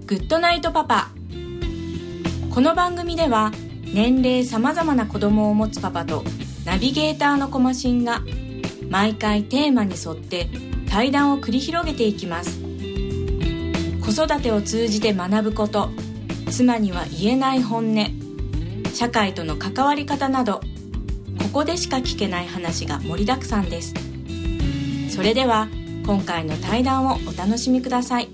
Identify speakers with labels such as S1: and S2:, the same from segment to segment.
S1: グッドナイトパパ。この番組では年齢さまざまな子供を持つパパとナビゲーターのコマシンが毎回テーマに沿って対談を繰り広げていきます。子育てを通じて学ぶこと、妻には言えない本音、社会との関わり方など、ここでしか聞けない話が盛りだくさんです。それでは今回の対談をお楽しみください。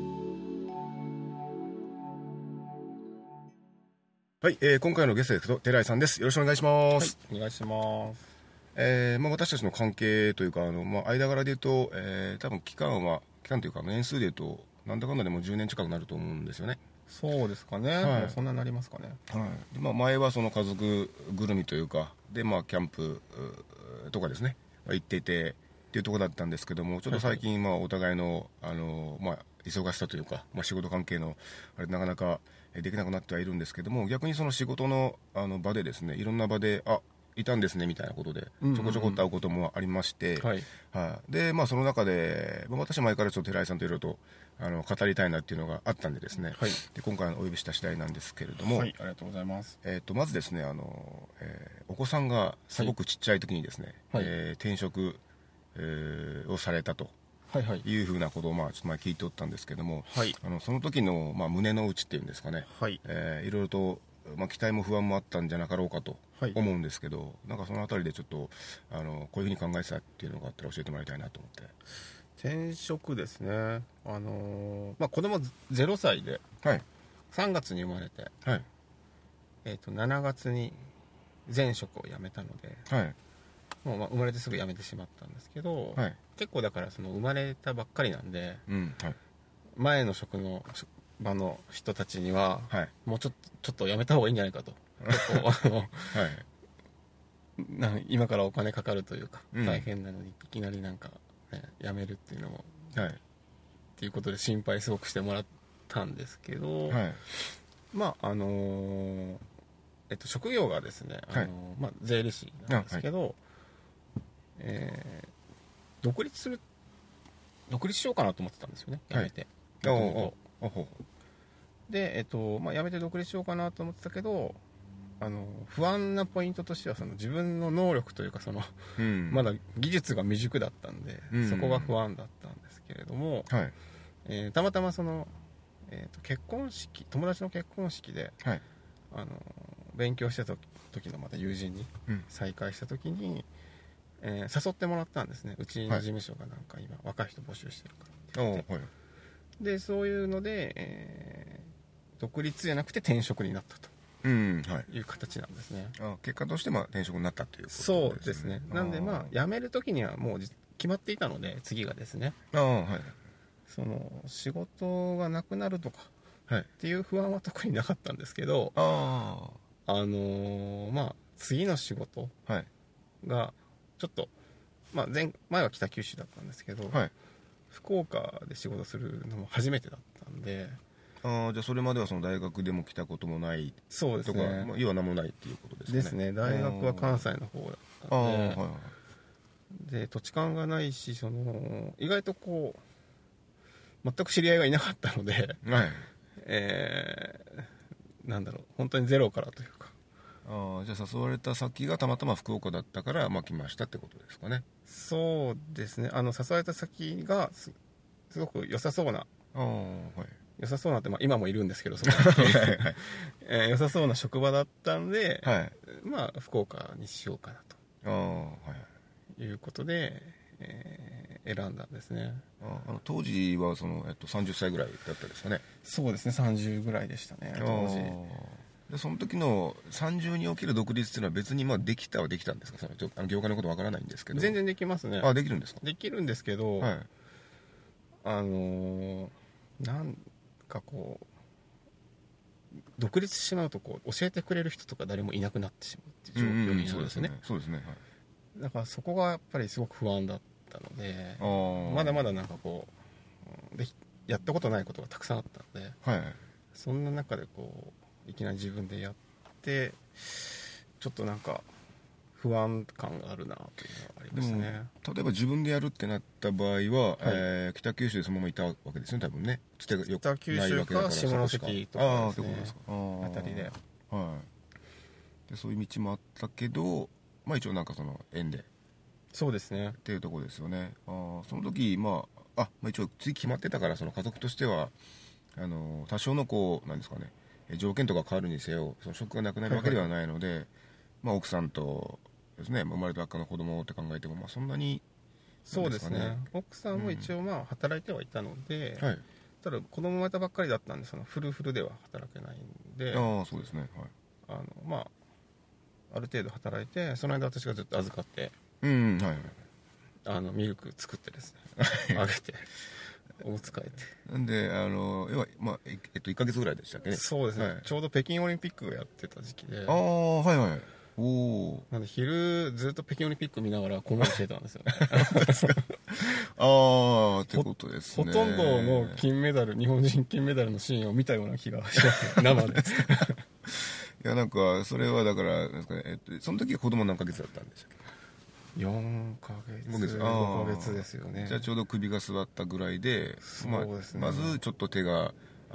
S2: はい、今回のゲストですけど、寺井さんです。よろしくお願いします。
S3: はい、お願いします。
S2: 私たちの関係というか、間柄で言うと、多分期間というか年数で言うと、なんだかんだでも10年近くなると思うんですよね。
S3: そうですかね。
S2: はい、
S3: もうそんなになりますかね。
S2: はい。で、前はその家族ぐるみというか、で、キャンプとかですね、行っていてっていうところだったんですけども、ちょっと最近、お互いの、忙しさというか、仕事関係のあれなかなかできなくなってはいるんですけども、逆にその仕事の場でですね、いろんな場でいたんですねみたいなことでちょこちょこっと会うこともありまして、でその中で、私は前からちょっと寺井さんといろいろと語りたいなっていうのがあったんでですね、で今回お呼びした次第なんですけれども、
S3: ありがとうございます。
S2: まずですねお子さんがすごくちっちゃい時にですね、転職、をされたというふうなことをちょっと前聞いておったんですけども、その時の胸の内っていうんですかね、いろいろと期待も不安もあったんじゃなかろうかと思うんですけど、なんかそのあたりでちょっとこういうふうに考えてたっていうのがあったら教えてもらいたいなと思って。
S3: 転職ですね。子供0歳で、3月に生まれて、7月に前職を辞めたので、もう生まれてすぐ辞めてしまったんですけど、結構だからその生まれたばっかりなんで、前の職の場の人たちには、もうちょっとやめた方がいいんじゃないかと今からお金かかるというか、大変なのにいきなりなんか、やめるっていうのも、っていうことで心配すごくしてもらったんですけど、職業がですね、税理士なんですけど、独立しようかなと思ってたんですよね、やめて。で、辞めて独立しようかなと思ってたけど、不安なポイントとしてはその自分の能力というかまだ技術が未熟だったんで、そこが不安だったんですけれども、たまたま結婚式、友達の結婚式で、勉強してた時のまた友人に再会した時に、誘ってもらったんですね。うちの事務所がなんか今若い人募集してるからって言って、でそういうので、独立じゃなくて転職になったという形なんですね。
S2: 結果として転職になったということですね。
S3: そうですね。なんで辞める時にはもう決まっていたので、次がですね、その仕事がなくなるとかっていう不安は特になかったんですけど、次の仕事がちょっと、前は北九州だったんですけど、福岡で仕事するのも初めてだったんで、
S2: じゃあそれまではその大学でも来たこともない
S3: そうですね、
S2: とか、要は何もないっていうことですね。
S3: ですね。大学は関西の方だったんで、で土地勘がないし、意外と全く知り合いがいなかったので、本当にゼロからというか。
S2: じゃあ誘われた先がたまたま福岡だったから来ましたってことですかね。
S3: そうですね。誘われた先がすごく良さそうな、良さそうなって、今もいるんですけど、良さそうな職場だったんで、福岡にしようかなということで、選んだんですね。
S2: 当時は30歳ぐらいだったですかね。
S3: そうですね、30ぐらいでしたね、当時。
S2: でその時の30における独立っていうのは別にできたんですか？業界のことわからないんですけど。
S3: 全然できますね。
S2: できるんですか？
S3: できるんですけど、なんか独立してしまうと教えてくれる人とか誰もいなくなってしまうっていう状況になるんですね。
S2: そうですね。
S3: だからそこがやっぱりすごく不安だったので、まだまだやったことないことがたくさんあったので、そんな中でいきなり自分でやってちょっとなんか不安感があるなというのはありますね。
S2: 例えば自分でやるってなった場合は、北九州でそのままいたわけですね、多分ね。つてがよく
S3: 北九州か下関とかですね、あたりで、
S2: でそういう道もあったけど、一応なんかその縁で
S3: そうですね
S2: っていうところですよね。その時一応次決まってたから、その家族としては多少のこうなんですかね、条件とか変わるにせよその職がなくなるわけではないので、奥さんとですね、生まれたばっかの子供って考えても、そんなに
S3: そうですね、奥さんも一応働いてはいたので、ただ子供生まれたばっかりだったんで、そのフルフルでは働けないんで、
S2: そうですね、
S3: ある程度働いて、その間私がずっと預かって、ミルク作ってですねあげておむつ替えて、
S2: なんで要は1ヶ月ぐらいでしたっけね。
S3: そうですね、ちょうど北京オリンピックがやってた時期で、なんで昼ずっと北京オリンピック見ながらこんなにしてたんですよね
S2: ってことですね。
S3: ほとんどの金メダル、日本人金メダルのシーンを見たような気がします生で
S2: いや、なんかそれはだからなんですかね、その時は子供何ヶ月だったんでしたっけ。
S3: 4ヶ月5ヶ月ですよね。
S2: じゃあちょうど首が座ったぐらいで、
S3: そうですね、
S2: まずちょっと手が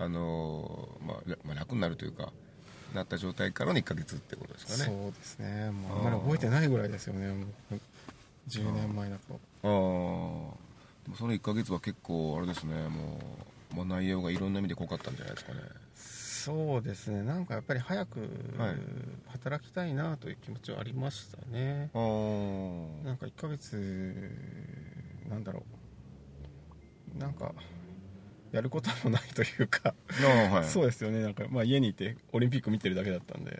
S2: 楽になるというかなった状態からの1ヶ月ってことですかね。
S3: そうですね、もうあんまり覚えてないぐらいですよね、もう10年前だと。
S2: でもその1ヶ月は結構あれですね、もう、内容がいろんな意味で濃かったんじゃないですかね。
S3: そうですね、なんかやっぱり早く働きたいなという気持ちはありましたね。なんか1ヶ月なんだろう、なんかやることもないというかそうですよね、なんか家にいてオリンピック見てるだけだったんで、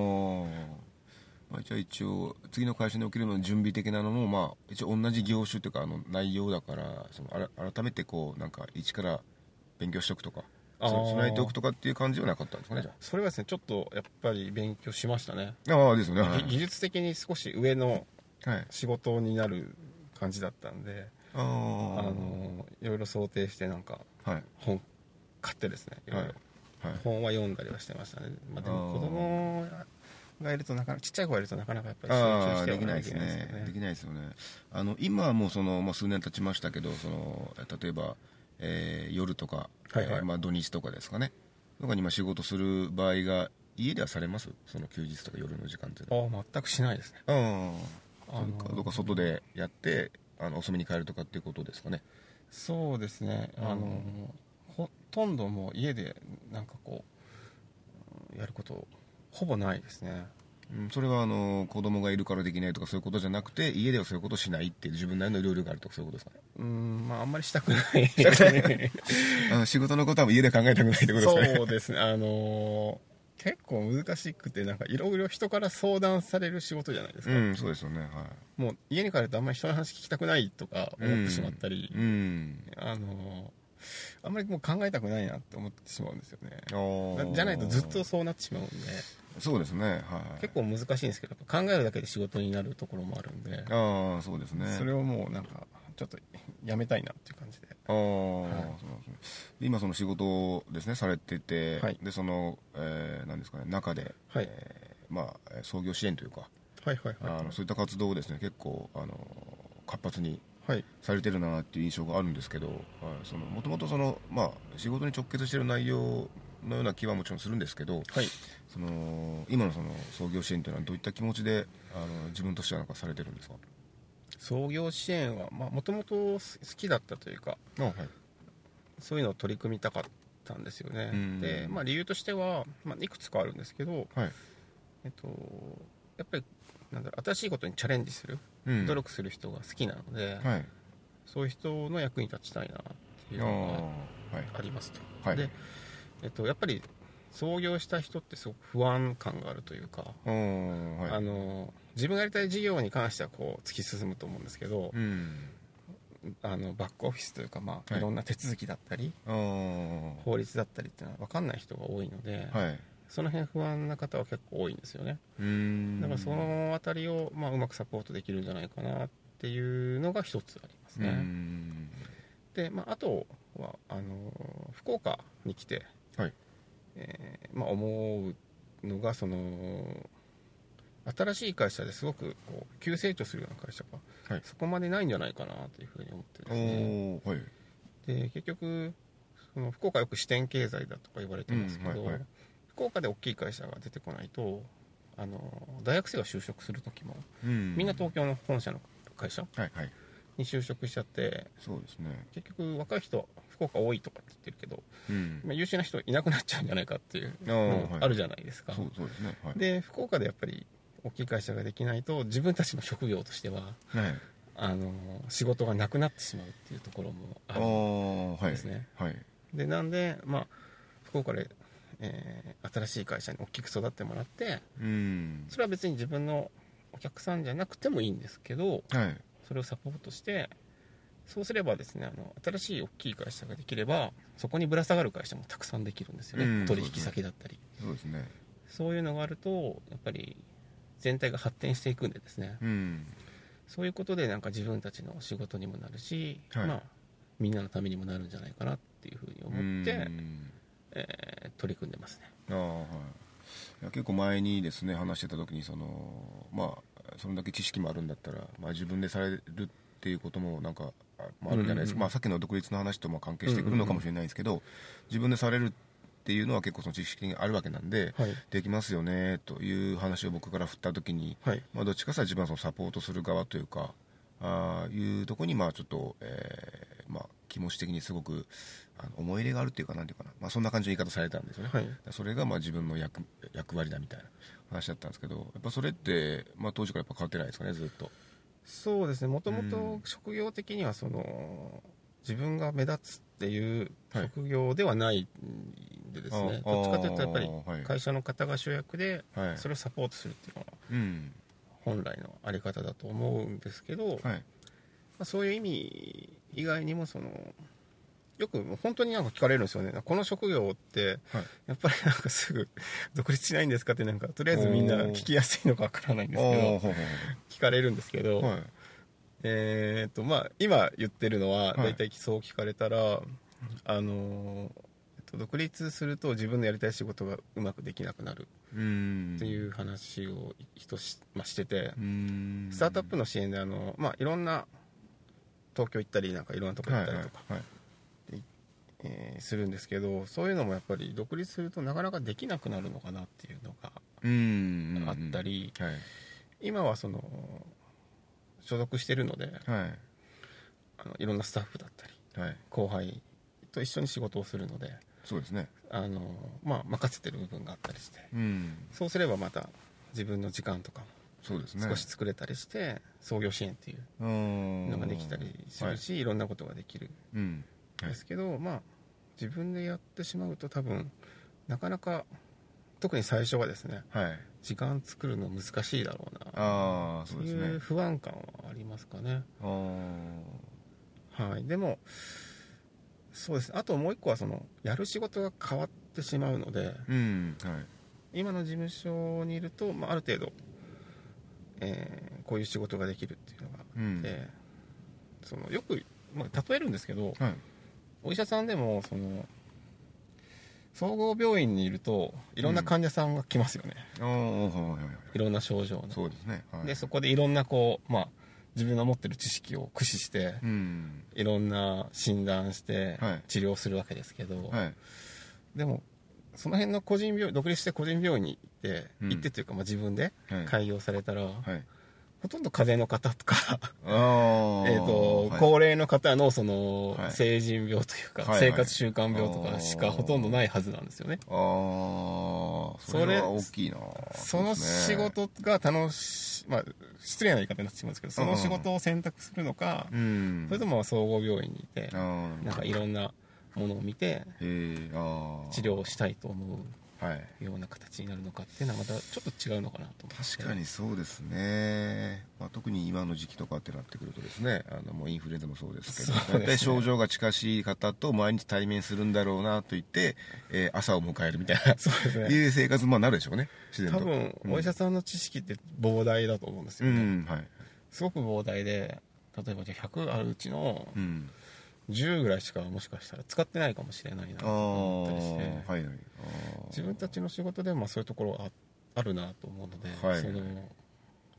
S2: じゃあ一応次の会社におけるの準備的なのも一応同じ業種というか内容だから、その改めてこうなんか一から勉強しておくとか備えておくとかっていう感じはなかったんですかね。じゃあ
S3: それはですね、ちょっとやっぱり勉強しましたね。
S2: ですよね、
S3: 技術的に少し上の仕事になる感じだったんで、いろいろ想定してなんか本買ってですね、いろいろ本は読んだりはしてましたね。でも子供がいるとちっちゃい子がいるとなかなかやっぱり集中してはできないですよね。
S2: できないですよね。今はもう数年経ちましたけど、例えば夜とか、土日とかですかね、とかに仕事する場合が家ではされます？その休日とか夜の時間っていうのは。
S3: 全くしないですね。
S2: どっか外でやって遅めに帰るとかっていうことですかね。
S3: そうですね、ほとんどもう家でなんかこうやることほぼないですね。
S2: それは子供がいるからできないとかそういうことじゃなくて、家ではそういうことしないっていう自分なりのルールがあるとかそういうことですかね。
S3: あんまりしたくない
S2: 仕事のことは家で考えたくないってことですかね。
S3: そうですね、結構難しくて、なんかいろいろ人から相談される仕事じゃないですか。
S2: そうですよね、
S3: もう家に帰るとあんまり人の話聞きたくないとか思ってしまったり、あんまりもう考えたくないなって思ってしまうんですよね。じゃないとずっとそうなってしまうんで。
S2: そうですね、
S3: 結構難しいんですけど、考えるだけで仕事になるところもあるんで、
S2: そうですね、
S3: それをもうなんかちょっとやめたいなっていう感じで。
S2: 今その仕事ですねされてて、でその、なんですかね、中で、創業支援というか、そういった活動をですね結構活発にされてるなっていう印象があるんですけど、もともと仕事に直結している内容のような気はもちろんするんですけど、今のその創業支援というのはどういった気持ちで自分としてはなんかされてるんですか？
S3: 創業支援はもともと好きだったというか、そういうのを取り組みたかったんですよね。で、理由としては、いくつかあるんですけど、やっぱり新しいことにチャレンジする、努力する人が好きなので、そういう人の役に立ちたいなっていうのがありますと。で、やっぱり創業した人ってすごく不安感があるというか、自分がやりたい事業に関してはこう突き進むと思うんですけど、バックオフィスというか、いろんな手続きだったり、法律だったりっていうのは分かんない人が多いので、その辺不安な方は結構多いんですよね。だからそのあたりを、うまくサポートできるんじゃないかなっていうのが一つありますね。で、あとは福岡に来て、思うのが新しい会社ですごくこう急成長するような会社が、はい、そこまでないんじゃないかなというふうに思ってですね、はい、で結局その福岡よく支店経済だとか言われてますけど、はいはい、福岡で大きい会社が出てこないと大学生が就職する時も、みんな東京の本社の会社、はいはい、に就職しちゃって、そうですね、結局若い人福岡多いとかって言ってるけど、優秀な人いなくなっちゃうんじゃないかっていうのあるじゃないですか。そうですね、はい、で福岡でやっぱり大きい会社ができないと自分たちの職業としては、はい、仕事がなくなってしまうっていうところもあるんですね、はいはい、でなんで、まあ、福岡で、新しい会社に大きく育ってもらって、それは別に自分のお客さんじゃなくてもいいんですけど、はい、それをサポートしてそうすればですね新しい大きい会社ができればそこにぶら下がる会社もたくさんできるんですよね、取引先だったり、そうですね、そういうのがあるとやっぱり全体が発展していくんでですね、そういうことでなんか自分たちの仕事にもなるし、はい、まあ、みんなのためにもなるんじゃないかなっていうふうに思って、取り組んでますね。はい、
S2: いや結構前にですね話してた時にまあそれだけ知識もあるんだったら、まあ、自分でされるっていうこともなんかあるんじゃないですか、まあ、さっきの独立の話とも関係してくるのかもしれないですけど、自分でされるっていうのは結構その知識があるわけなんで、はい、できますよねという話を僕から振った時に、はい、まあ、どっちかさ自分はそのサポートする側というかいうところにまあちょっと、まあ、気持ち的にすごく思い入れがあるっていうかなんていうかな、まあ、そんな感じの言い方されたんですよね、はい、それがまあ自分の役割だみたいな話だったんですけど、やっぱそれって、まあ、当時からやっぱ変わってないですかね、ずっと。
S3: そうですね、もともと職業的には自分が目立つっていう職業ではないんでですね、はい、どっちかというとやっぱり会社の方が主役でそれをサポートするっていうのが本来のあり方だと思うんですけど、はい、まあ、そういう意味以外にもよく本当になんか聞かれるんですよね、この職業ってやっぱりなんかすぐ独立しないんですかって、なんかとりあえずみんな聞きやすいのかわからないんですけど聞かれるんですけど、はい、まあ今言ってるのは大体そう聞かれたら、はい、独立すると自分のやりたい仕事がうまくできなくなるっていう話をしてて、スタートアップの支援でまあ、いろんな東京行ったりなんかいろんなとこ行ったりとか、はいはいはい、するんですけど、そういうのもやっぱり独立するとなかなかできなくなるのかなっていうのがあったり、はい、今は所属してるので、はい、いろんなスタッフだったり、はい、後輩と一緒に仕事をするので、そうですね、まあ、任せてる部分があったりして、そうすればまた自分の時間とかもそうですね、少し作れたりして創業支援っていうのができたりするし、はい、いろんなことができるんですけど、まあ自分でやってしまうと多分なかなか特に最初はですね、はい、時間作るの難しいだろうなという不安感はありますかね。はい、でもそうですね、あともう一個はやる仕事が変わってしまうので、はい、今の事務所にいると、まあ、ある程度こういう仕事ができるっていうのがあって、よく、まあ、例えるんですけど、はい、お医者さんでも総合病院にいるといろんな患者さんが来ますよね、いろんな症状の。そうですね、はい、でそこでいろんなまあ、自分の持ってる知識を駆使して、いろんな診断して治療するわけですけど、はい、でもその辺の独立して個人病院に行ってというか、まあ、自分で開業されたら、はい、ほとんど風邪の方とか高齢の方の成人病というか、生活習慣病とかしかほとんどないはずなんですよね。それは大きいな。その仕事がまあ、失礼な言い方になってしまうんですけど、その仕事を選択するのか、それとも総合病院にいてなんかいろんなものを見て治療をしたいと思うような形になるのかっていうのはまたちょっと違うのかなと思って。
S2: 確かにそうですね、まあ、特に今の時期とかってなってくるとですね、もうインフルエンザもそうですけど、大体症状が近しい方と毎日対面するんだろうなと言って、朝を迎えるみたいなそうです、ね、いう生活になるでしょうね、自然と。多分、お医者さんの知識って膨大だと思うんですよね、はい、すごく膨大で、例えばじゃあ100あるうちの、10ぐらいしかもしかしたら使ってないかもしれないなと思ったりして、はいはい、自分たちの仕事でもそういうところがあるなと思うので、はい、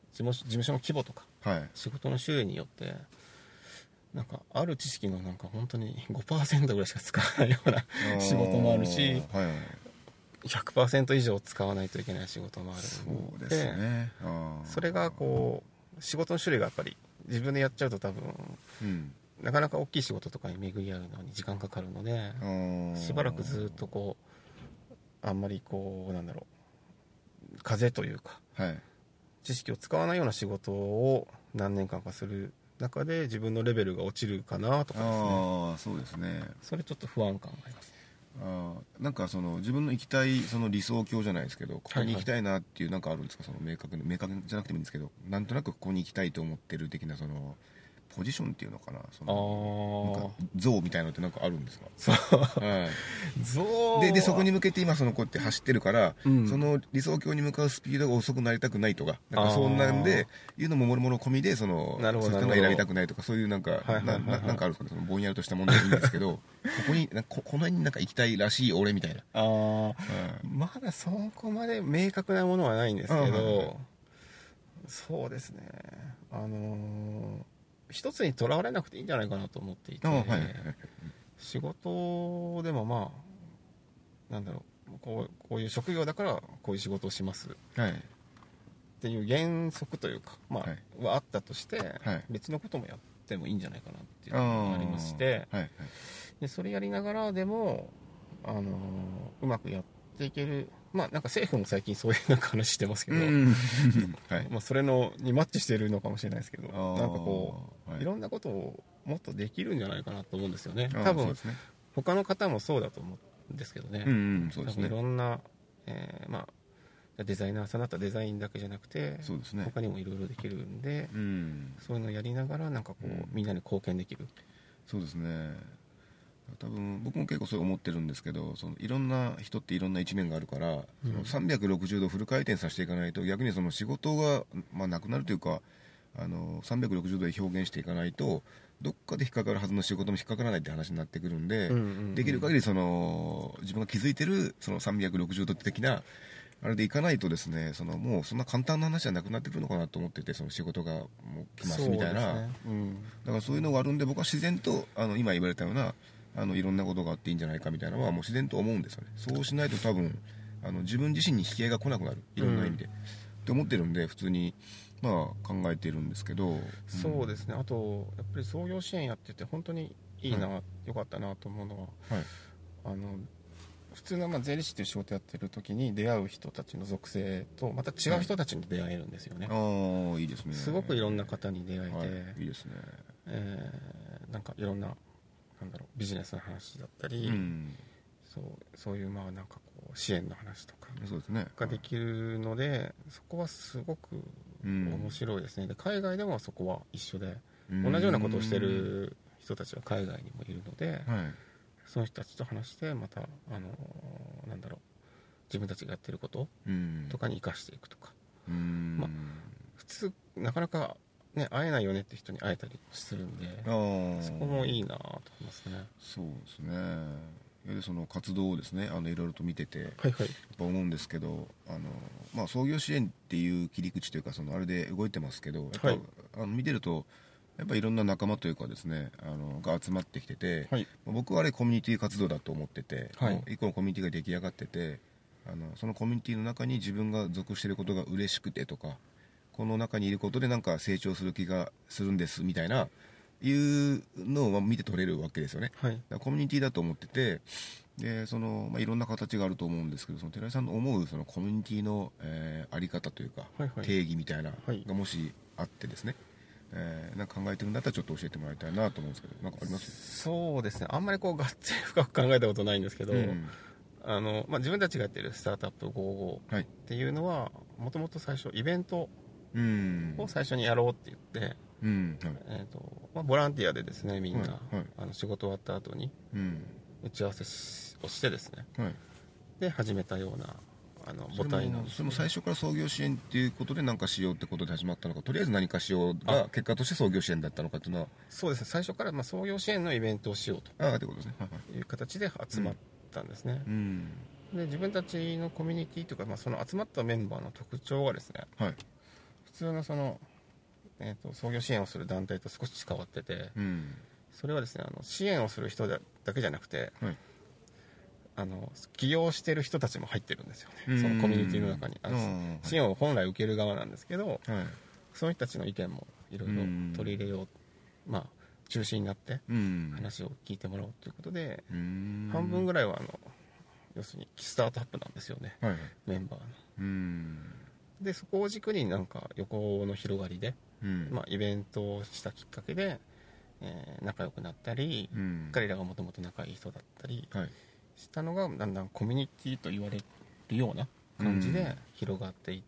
S3: 事務所の規模とか、
S2: はい、
S3: 仕事の種類によってなんかある知識のなんか本当に 5% ぐらいしか使わないような仕事もあるし、
S2: はいはい、
S3: 100% 以上使わないといけない仕事もあるの
S2: そうですね。
S3: それがこう仕事の種類がやっぱり自分でやっちゃうと多分、うん、なかなか大きい仕事とかに巡り合うのに時間かかるので、しばらくずっとこうあんまりこうなんだろう風というか、
S2: はい、
S3: 知識を使わないような仕事を何年間かする中で自分のレベルが落ちるかなとかですね。
S2: そうですね。
S3: それちょっと不安感があります。
S2: なんかその自分の行きたいその理想郷じゃないですけど、ここに行きたいなっていうなんかあるんですか、その明確じゃなくてもいいんですけど、なんとなくここに行きたいと思ってる的なそのポジションっていうのかな、そのなんか像みたいなのってなんかあるんですか？
S3: そう、
S2: はい、
S3: 像
S2: でそこに向けて今そのこうやって走ってるから、うん、その理想郷に向かうスピードが遅くなりたくないとか、なんかそんなんでいうのももろもろ込みでそのそういうのが選びたくないとか、そういうなんかなんかあるんですかね、そのぼんやりとしたものでいいんですけどここにこの辺になんか行きたいらしい俺みたいな。
S3: まだそこまで明確なものはないんですけど、そうですね、一つにとらわれなくていいんじゃないかなと思っていて、仕事でもまあなんだろう、こういう職業だからこういう仕事をします、はい、っていう原則というか、まあはあったとして、別のこともやってもいいんじゃないかなっていうのがありまして、でそれやりながらでもうまくやっていける、まあなんか政府も最近そういうなんか話してますけど、まあそれにマッチしてるのかもしれないですけど、なんかこういろんなことをもっとできるんじゃないかなと思うんですよね。多分他の方もそうだと思うんですけどね。多分いろんなまあデザイナーさんだったらデザインだけじゃなくて、他にもいろいろできるんで、そういうのをやりながらなんかこうみんなに貢献できる。
S2: そうですね。多分僕も結構そう思ってるんですけど、そのいろんな人っていろんな一面があるから、その360度フル回転させていかないと逆にその仕事が、まあ、なくなるというか、360度で表現していかないとどっかで引っかかるはずの仕事も引っかからないって話になってくるんで、できる限りその自分が気づいてるその360度的なあれでいかないとですね、もうそんな簡単な話じゃなくなってくるのかなと思ってて、その仕事がもう来ますみたいな、だからそういうのがあるんで、僕は自然と今言われたようないろんなことがあっていいんじゃないかみたいなのはもう自然と思うんですよね。そうしないと多分自分自身に引き合いが来なくなる、いろんな意味で、って思ってるんで普通にまあ考えてるんですけど、
S3: そうですね。あとやっぱり創業支援やってて本当にいいな、よかったなと思うのは、普通の税理士という仕事やってる時に出会う人たちの属性とまた違う人たちに出会えるんですよね。
S2: いいですね。
S3: すごくいろんな方に出会えて、
S2: いいですね。
S3: なんかいろんななんだろうビジネスの話だったり、そういうまあなんかこう支援の話とかができるので、そこはすごく面白いですね。で海外でもそこは一緒で、同じようなことをしてる人たちは海外にもいるので、その人たちと話してまたなんだろう自分たちがやってることとかに生かしていくとか、まあ普通なかなかね、会えないよねって人に会えたりするんで、そこもいいなと思いますね。
S2: そうですね。でその活動をですね、いろいろと見てて、やっぱ思うんですけど、まあ、創業支援っていう切り口というかあれで動いてますけど、やっぱ、見てるとやっぱいろんな仲間というかですねが集まってきてて、僕はあれコミュニティ活動だと思ってて、一個のコミュニティが出来上がってて、そのコミュニティの中に自分が属していることが嬉しくてとか、この中にいることでなんか成長する気がするんですみたいないうのを見て取れるわけですよね。だからコミュニティだと思ってて、でいろんな形があると思うんですけど、寺井さんの思うそのコミュニティの、あり方というか、定義みたいながもしあってですね、なんか考えてるんだったらちょっと教えてもらいたいなと思うんですけど、なんかあります？
S3: そうですね、あんまりこうがっつり深く考えたことないんですけど、まあ、自分たちがやってるスタートアップ55っていうのはもともと最初イベントを最初にやろうって言って、まあ、ボランティアでですねみんな、仕事終わった後に打ち合わせをしてですね、で始めたような母体なんです。
S2: それも最初から創業支援っていうことで何かしようってことで始まったのか、とりあえず何かしようが結果として創業支援だったのかっていうのは。
S3: そうですね、最初からまあ創業支援のイベントをしようという形で集まったんですね。で自分たちのコミュニティというか、まあ、その集まったメンバーの特徴はですね、普通のその、創業支援をする団体と少し変わってて、それはですね、支援をする人だけじゃなくて、
S2: はい、
S3: 起業してる人たちも入ってるんですよね、そのコミュニティの中に。支援を本来受ける側なんですけど、はい、その人たちの意見もいろいろ取り入れよう、まあ中心になって話を聞いてもらおうということで、半分ぐらいは要するにスタートアップなんですよね、はい、メンバーの。でそこを軸になんか横の広がりで、まあ、イベントをしたきっかけで、仲良くなったり、彼らがもともと仲いい人だったりしたのが、だんだんコミュニティと言われるような感じで広がっていって、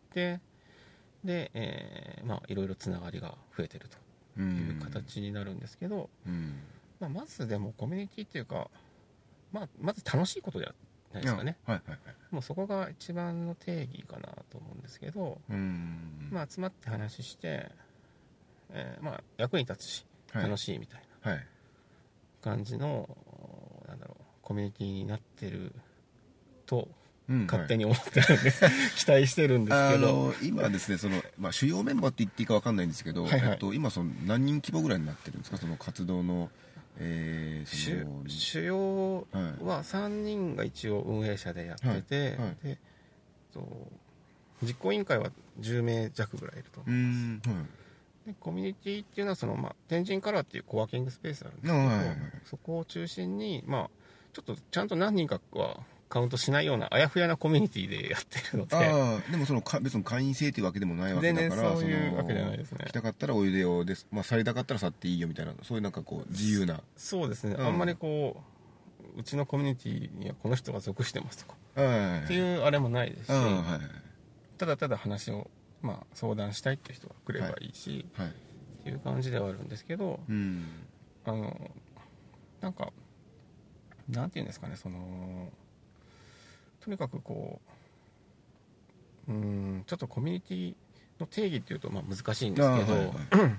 S3: で、まあ、いろいろつながりが増えてるという形になるんですけど、まあ、まずでもコミュニティっていうか、まず楽しいことじゃないですかね、もうそこが一番の定義かなと思うんですけど、まあ、集まって話して、まあ、役に立つし楽しいみたいな感じの、なんだろう、コミュニティになってると勝手に思ってるんです、期待してるんですけど、
S2: 今ですね、その、まあ、主要メンバーって言っていいか分かんないんですけど、今その何人規模ぐらいになってるんですか、その活動の、
S3: 主要は3人が一応運営者でやってて、で実行委員会は10名弱ぐらいいると思います。でコミュニティっていうのはその、まあ、天神カラーっていうコワーキングスペースあるんですけど、そこを中心に、まあ、ちょっとちゃんと何人かはカウントしないようなあやふやなコミュニティでやってるので、
S2: でもその別に会員制というわけでもないわけだから、
S3: そういうわけじゃないですね。
S2: 来たかったらおいでよです、まあ、去りたかったら去っていいよみたいな、そういうなんかこう自由な。
S3: そうですね、あんまりこううちのコミュニティにはこの人が属してますとか、っていうあれもないですし、ただただ話を、まあ、相談したいっていう人が来ればいいし、っていう感じではあるんですけど、なんかなんていうんですかね、そのとにかくこう、ちょっとコミュニティの定義っていうとまあ難しいんですけど、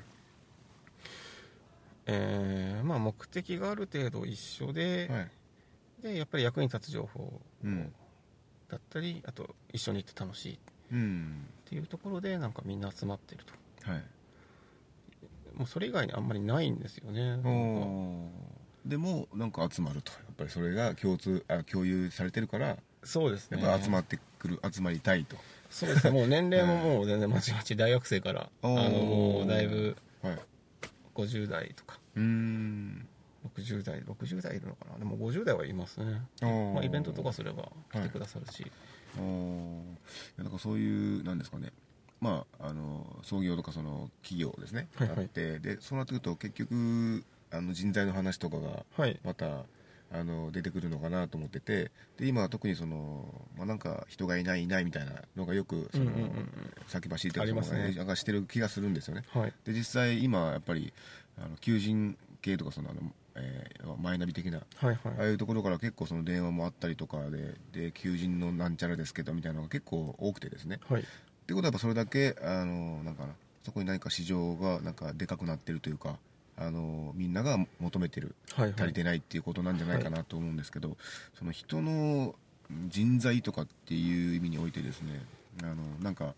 S3: まあ、目的がある程度一緒で、でやっぱり役に立つ情報だったり、あと一緒に行って楽しいっていうところでなんかみんな集まってると、もうそれ以外にあんまりないんですよね。
S2: でもなんか集まると、やっぱりそれが共有されてるから、
S3: そうですね、
S2: やっぱ集まってくる、集まりたいと。
S3: そうですね、もう年齢ももう全然まちまち、大学生からもうだいぶ50代とか60代いるのかな、でも50代はいますね。まあ、イベントとかすれば来てくださるし、
S2: なんかそういうなんですかね、まあ、創業とかその企業ですね、あって、でそうなってくると結局人材の話とかがまた、出てくるのかなと思ってて、で今は特にその、まあ、なんか人がいないみたいなのがよくその、先走ってる人がなんかしてる気がするんですよね。で実際今やっぱり求人系とかそのマイナビ的な、ああいうところから結構その電話もあったりとかで求人のなんちゃらですけどみたいなのが結構多くてですね。っていうことはやっぱそれだけなんかな、そこに何か市場がなんかでかくなってるというか、みんなが求めてる、足りてないっていうことなんじゃないかなと思うんですけど、その人の人材とかっていう意味においてですね、なんか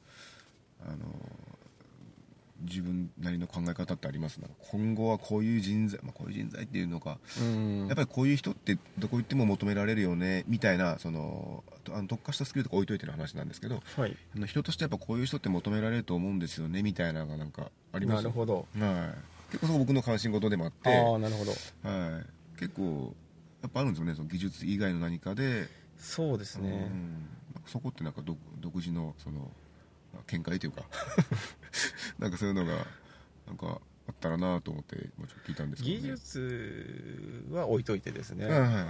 S2: 自分なりの考え方ってあります？なんか今後はこういう人材、こういう人材っていうのか、やっぱりこういう人ってどこ行っても求められるよねみたいな、その特化したスキルとか置いといての話なんですけど、人としてやっぱこういう人って求められると思うんですよねみたいなのがなんかあります？
S3: なるほど、
S2: 結構そこ僕の関心事でもあって、
S3: なるほど、
S2: 結構やっぱあるんですよね、その技術以外の何かで。
S3: そうですね、
S2: そこってなんか独自のその見解というかなんかそういうのがなんかあったらなと思ってもうちょっと聞いたんですけど、ね、
S3: 技術は置いといてですね、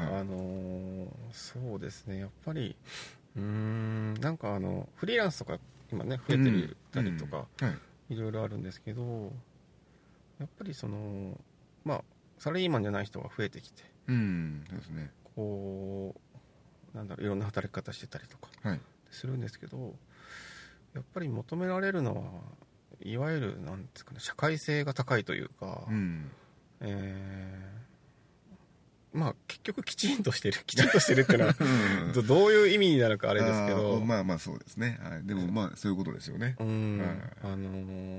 S3: そうですね、やっぱりなんかフリーランスとか今ね増えてたりとか、いろいろあるんですけど、やっぱりそのまあサラリーマンじゃない人が増えてきて、
S2: そうですね、
S3: こうなんだろう、いろんな働き方してたりとかするんですけど、やっぱり求められるのはいわゆるなんですかね、社会性が高いというか、まあ結局きちんとしてるっていうのはどういう意味になるかあれですけど、
S2: まあまあそうですね、はい、でもまあそういうことですよね。はい、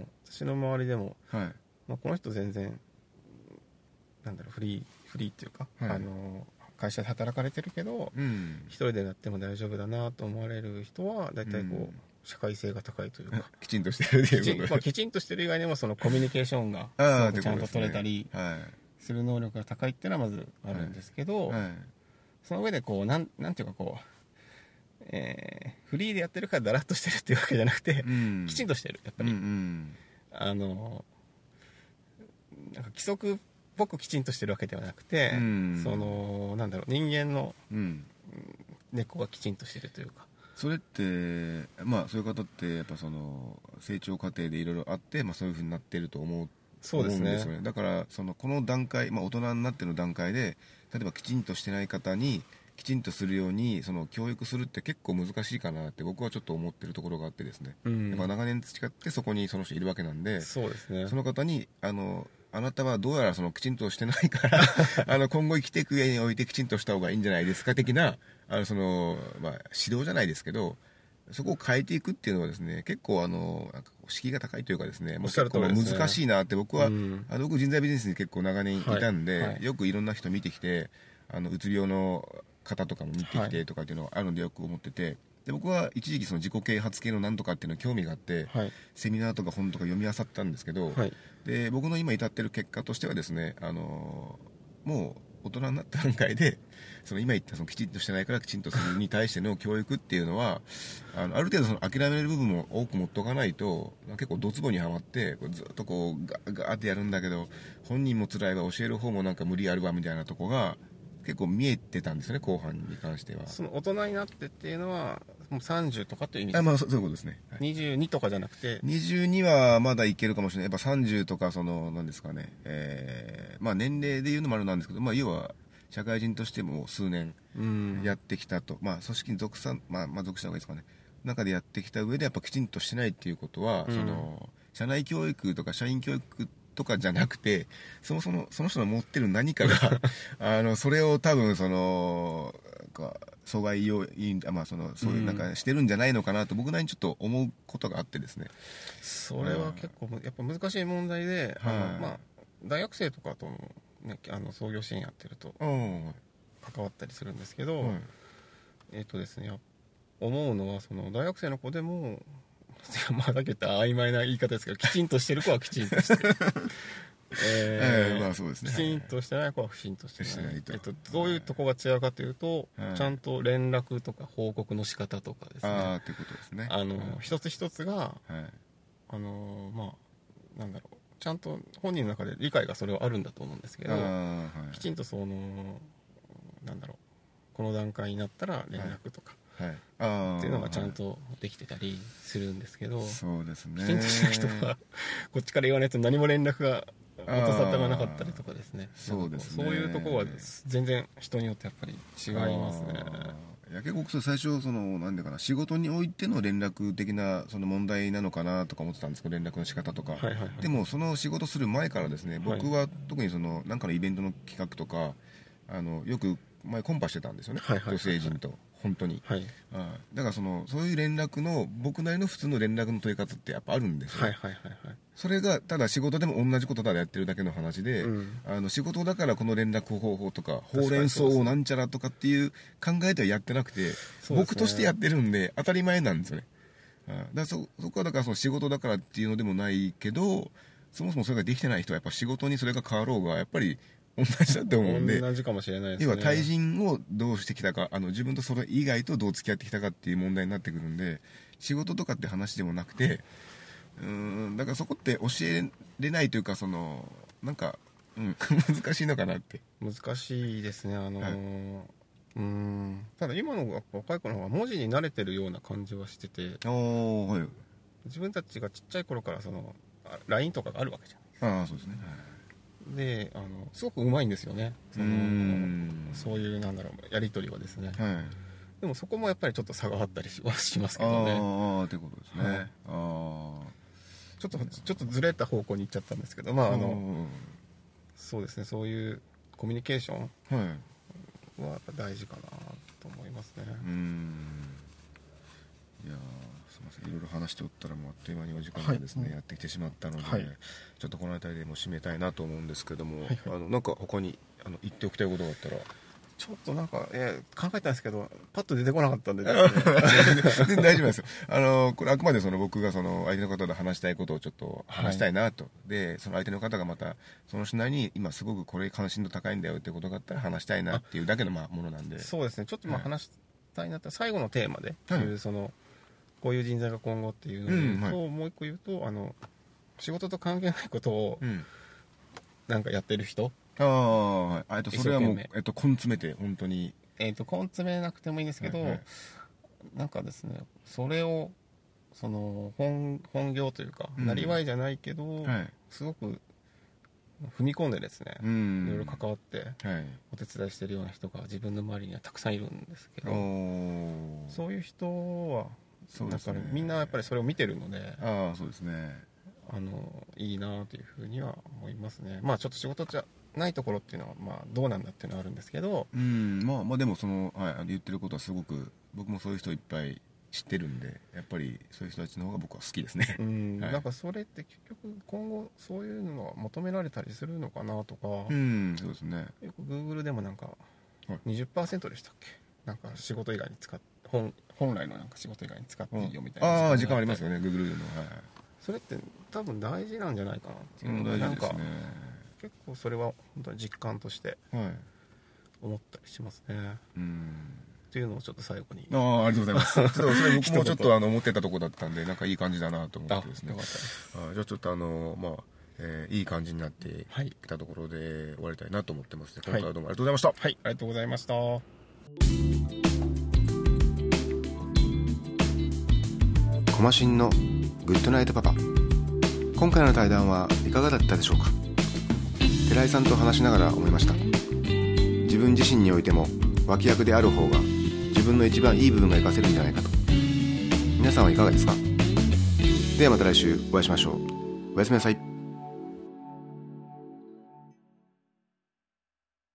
S3: 私の周りでも、
S2: はい、
S3: まあ、この人全然なんだろうフリーっていうか、はい、会社で働かれてるけど、一人でなっても大丈夫だなと思われる人は大体こう、社会性が高いというか
S2: きちんとしてるっていうことで、
S3: きちんとしてる以外にもそのコミュニケーションがちゃんと取れたりする能力が高いっていうのはまずあるんですけど、その上でこうなんていうかこう、フリーでやってるからだらっとしてるっていうわけじゃなくて、きちんとしてるやっぱり、なんか規則っぽくきちんとしてるわけではなくて、そのなんだろう人間の根っこがきちんとしてるというか。
S2: それってまあそういう方ってやっぱその成長過程でいろいろあって、まあ、そういうふうになってると思うんですよね。だからこの段階、まあ、大人になっての段階で例えばきちんとしてない方にきちんとするようにその教育するって結構難しいかなって僕はちょっと思ってるところがあってですね、やっぱ長年培ってそこにその人いるわけなんで、
S3: そうですね、
S2: その方にあなたはどうやらそのきちんとしてないから今後生きていく上においてきちんとした方がいいんじゃないですか的なまあ、指導じゃないですけどそこを変えていくっていうのはですね結構なんか敷居が高いというかですねもう結構難しいなって僕は、僕人材ビジネスに結構長年いたんで、よくいろんな人見てきてうつ病の方とかも見てきてとかっていうのがあるんでよく思ってて、で僕は一時期その自己啓発系のなんとかっていうの興味があって、セミナーとか本とか読み漁ったんですけど、で僕の今至ってる結果としてはですねもう大人になった段階でその今言ったそのきちんとしてないからきちんとするに対しての教育っていうのはある程度その諦める部分も多く持っておかないと結構ドツボにはまってずっとこうガーってやるんだけど本人も辛いわ教える方もなんか無理あるわみたいなとこが結構見えてたんですよね後半に関しては。
S3: その大人になってっていうのはもう30とかという意味ですか？
S2: まあそういうことですね、
S3: はい、22とかじゃなくて
S2: 22はまだいけるかもしれない。やっぱ30とかその何ですかね、まあ年齢で言うのもあれなんですけど、まあ要は社会人としても数年やってきたと、まあ組織に属した方がいいですかね中でやってきた上でやっぱきちんとしてないっていうことは、その社内教育とか社員教育とかじゃなくてそもそもその人の持ってる何かがそれを多分その阻害要因、そういうなんかしてるんじゃないのかなと僕なりにちょっと思うことがあってですね。
S3: それは結構やっぱ難しい問題で、まあ、大学生とかとも、ね、創業支援やってると関わったりするんですけど、ですね、思うのはその大学生の子でもまあだけど曖昧な言い方ですけどきちんとしてる子はきちんとしてる
S2: まあそうですね、
S3: きちんとしてない子はきちんとしてない、どういうとこが違うかというと、ちゃんと連絡とか報告の仕方とかですね、
S2: っていうことですね、
S3: 一つ一つが、まあなんだろうちゃんと本人の中で理解がそれはあるんだと思うんですけど、きちんとそのなんだろうこの段階になったら連絡とか、っていうのがちゃんとできてたりするんですけど、
S2: そうですね、
S3: きちんとした人はこっちから言わないと何も連絡が音沙汰がなかったりとかですね、
S2: そうですね、
S3: そういうところは全然人によってやっぱり違いますね。
S2: いや結構最初そのなんでかな仕事においての連絡的なその問題なのかなとか思ってたんですけど連絡の仕方とか、でもその仕事する前からですね僕は特にそのなんかのイベントの企画とかよく前コンパしてたんですよね、女性陣と本当に、だからそういう連絡の僕なりの普通の連絡の取り方ってやっぱあるんですよ、それがただ仕事でも同じことただやってるだけの話で、仕事だからこの連絡方法とかほうれん草をなんちゃらとかっていう考えてはやってなくて、僕としてやってるんで当たり前なんですよね。だそこはだからその仕事だからっていうのでもないけどそもそもそれができてない人はやっぱ仕事にそれが変わろうがやっぱり同じだと思うんで、
S3: 同じかもしれないですね。
S2: 要は対人をどうしてきたか自分とそれ以外とどう付き合ってきたかっていう問題になってくるんで仕事とかって話でもなくてだからそこって教えれないというかなんか、難しいのかなって
S3: 難しいですね。ただ今の若い子の方が文字に慣れてるような感じはしてて、自分たちがちっちゃい頃からLINE とかがあるわけじゃないですか。
S2: そうですね、
S3: ですごくうまいんですよね。そういうなんだろうやり取りはですね、でもそこもやっぱりちょっと差があったりしますけどね。
S2: ってことですね、
S3: ちょっとずれた方向に行っちゃったんですけど、そうですね、そういうコミュニケーションはやっぱ大事かなと思いますね。
S2: いやすみません、いろいろ話しておったらもうあっという間にお時間がですね、やってきてしまったので、ちょっとこの辺りでもう締めたいなと思うんですけども、なんか他に言っておきたいことがあったら。
S3: ちょっとなんか、考えたんですけどパッと出てこなかったんで、ね、
S2: 全然大丈夫ですよ。これあくまで僕が相手の方と話したいことをちょっと話したいなと、でその相手の方がまたその人なりに今すごくこれ関心度高いんだよっていうことがあったら話したいなっていうだけのものなんで。
S3: そうですね、ちょっと話したいなって最後のテーマで、こういう人材が今後っていうのと、もう一個言うと仕事と関係ないことをなんかやってる人、
S2: それはもう、根詰めて本当に
S3: 根詰めなくてもいいんですけど、なんかですね、それを本業というか、なりわいじゃないけど、すごく踏み込んでですね、いろいろ関わってお手伝いしてるような人が自分の周りにはたくさんいるんですけど、そういう人はだからみんなやっぱりそれを見てるので、
S2: そうですね、
S3: いいなというふうには思いますね。ちょっと仕事じゃないところっていうのはどうなんだっていうのはあるんですけど、
S2: でも言ってることはすごく僕もそういう人いっぱい知ってるんで、やっぱりそういう人たちの方が僕は好きですね。
S3: なんかそれって結局今後そういうのは求められたりするのかなとか、
S2: そうですね。
S3: よく Google でもなんか 20% でしたっけ、なんか仕事以外に本来のなんか仕事以外に使っていいよみたいな
S2: 時間ありますよね、 Google の。
S3: それって多分大事なんじゃないかなっていうので、なんか結構それは本当に実感として思ったりしますね。っていうのをちょっと最後に。
S2: ありがとうございます。それ僕もちょっと思ってたところだったんで、なんかいい感じだなと思ってですね。
S3: よかったです。
S2: じゃあちょっといい感じになってきたところで終わりたいなと思ってますね。今回はどうもありがとうございました。
S3: はい、ありがとうございました。
S2: コマシンのグッドナイトパパ。今回の対談はいかがだったでしょうか。寺井さんと話しながら思いました。自分自身においても脇役である方が自分の一番いい部分が活かせるんじゃないかと。皆さんはいかがですか。ではまた来週お会いしましょう。おやすみなさい。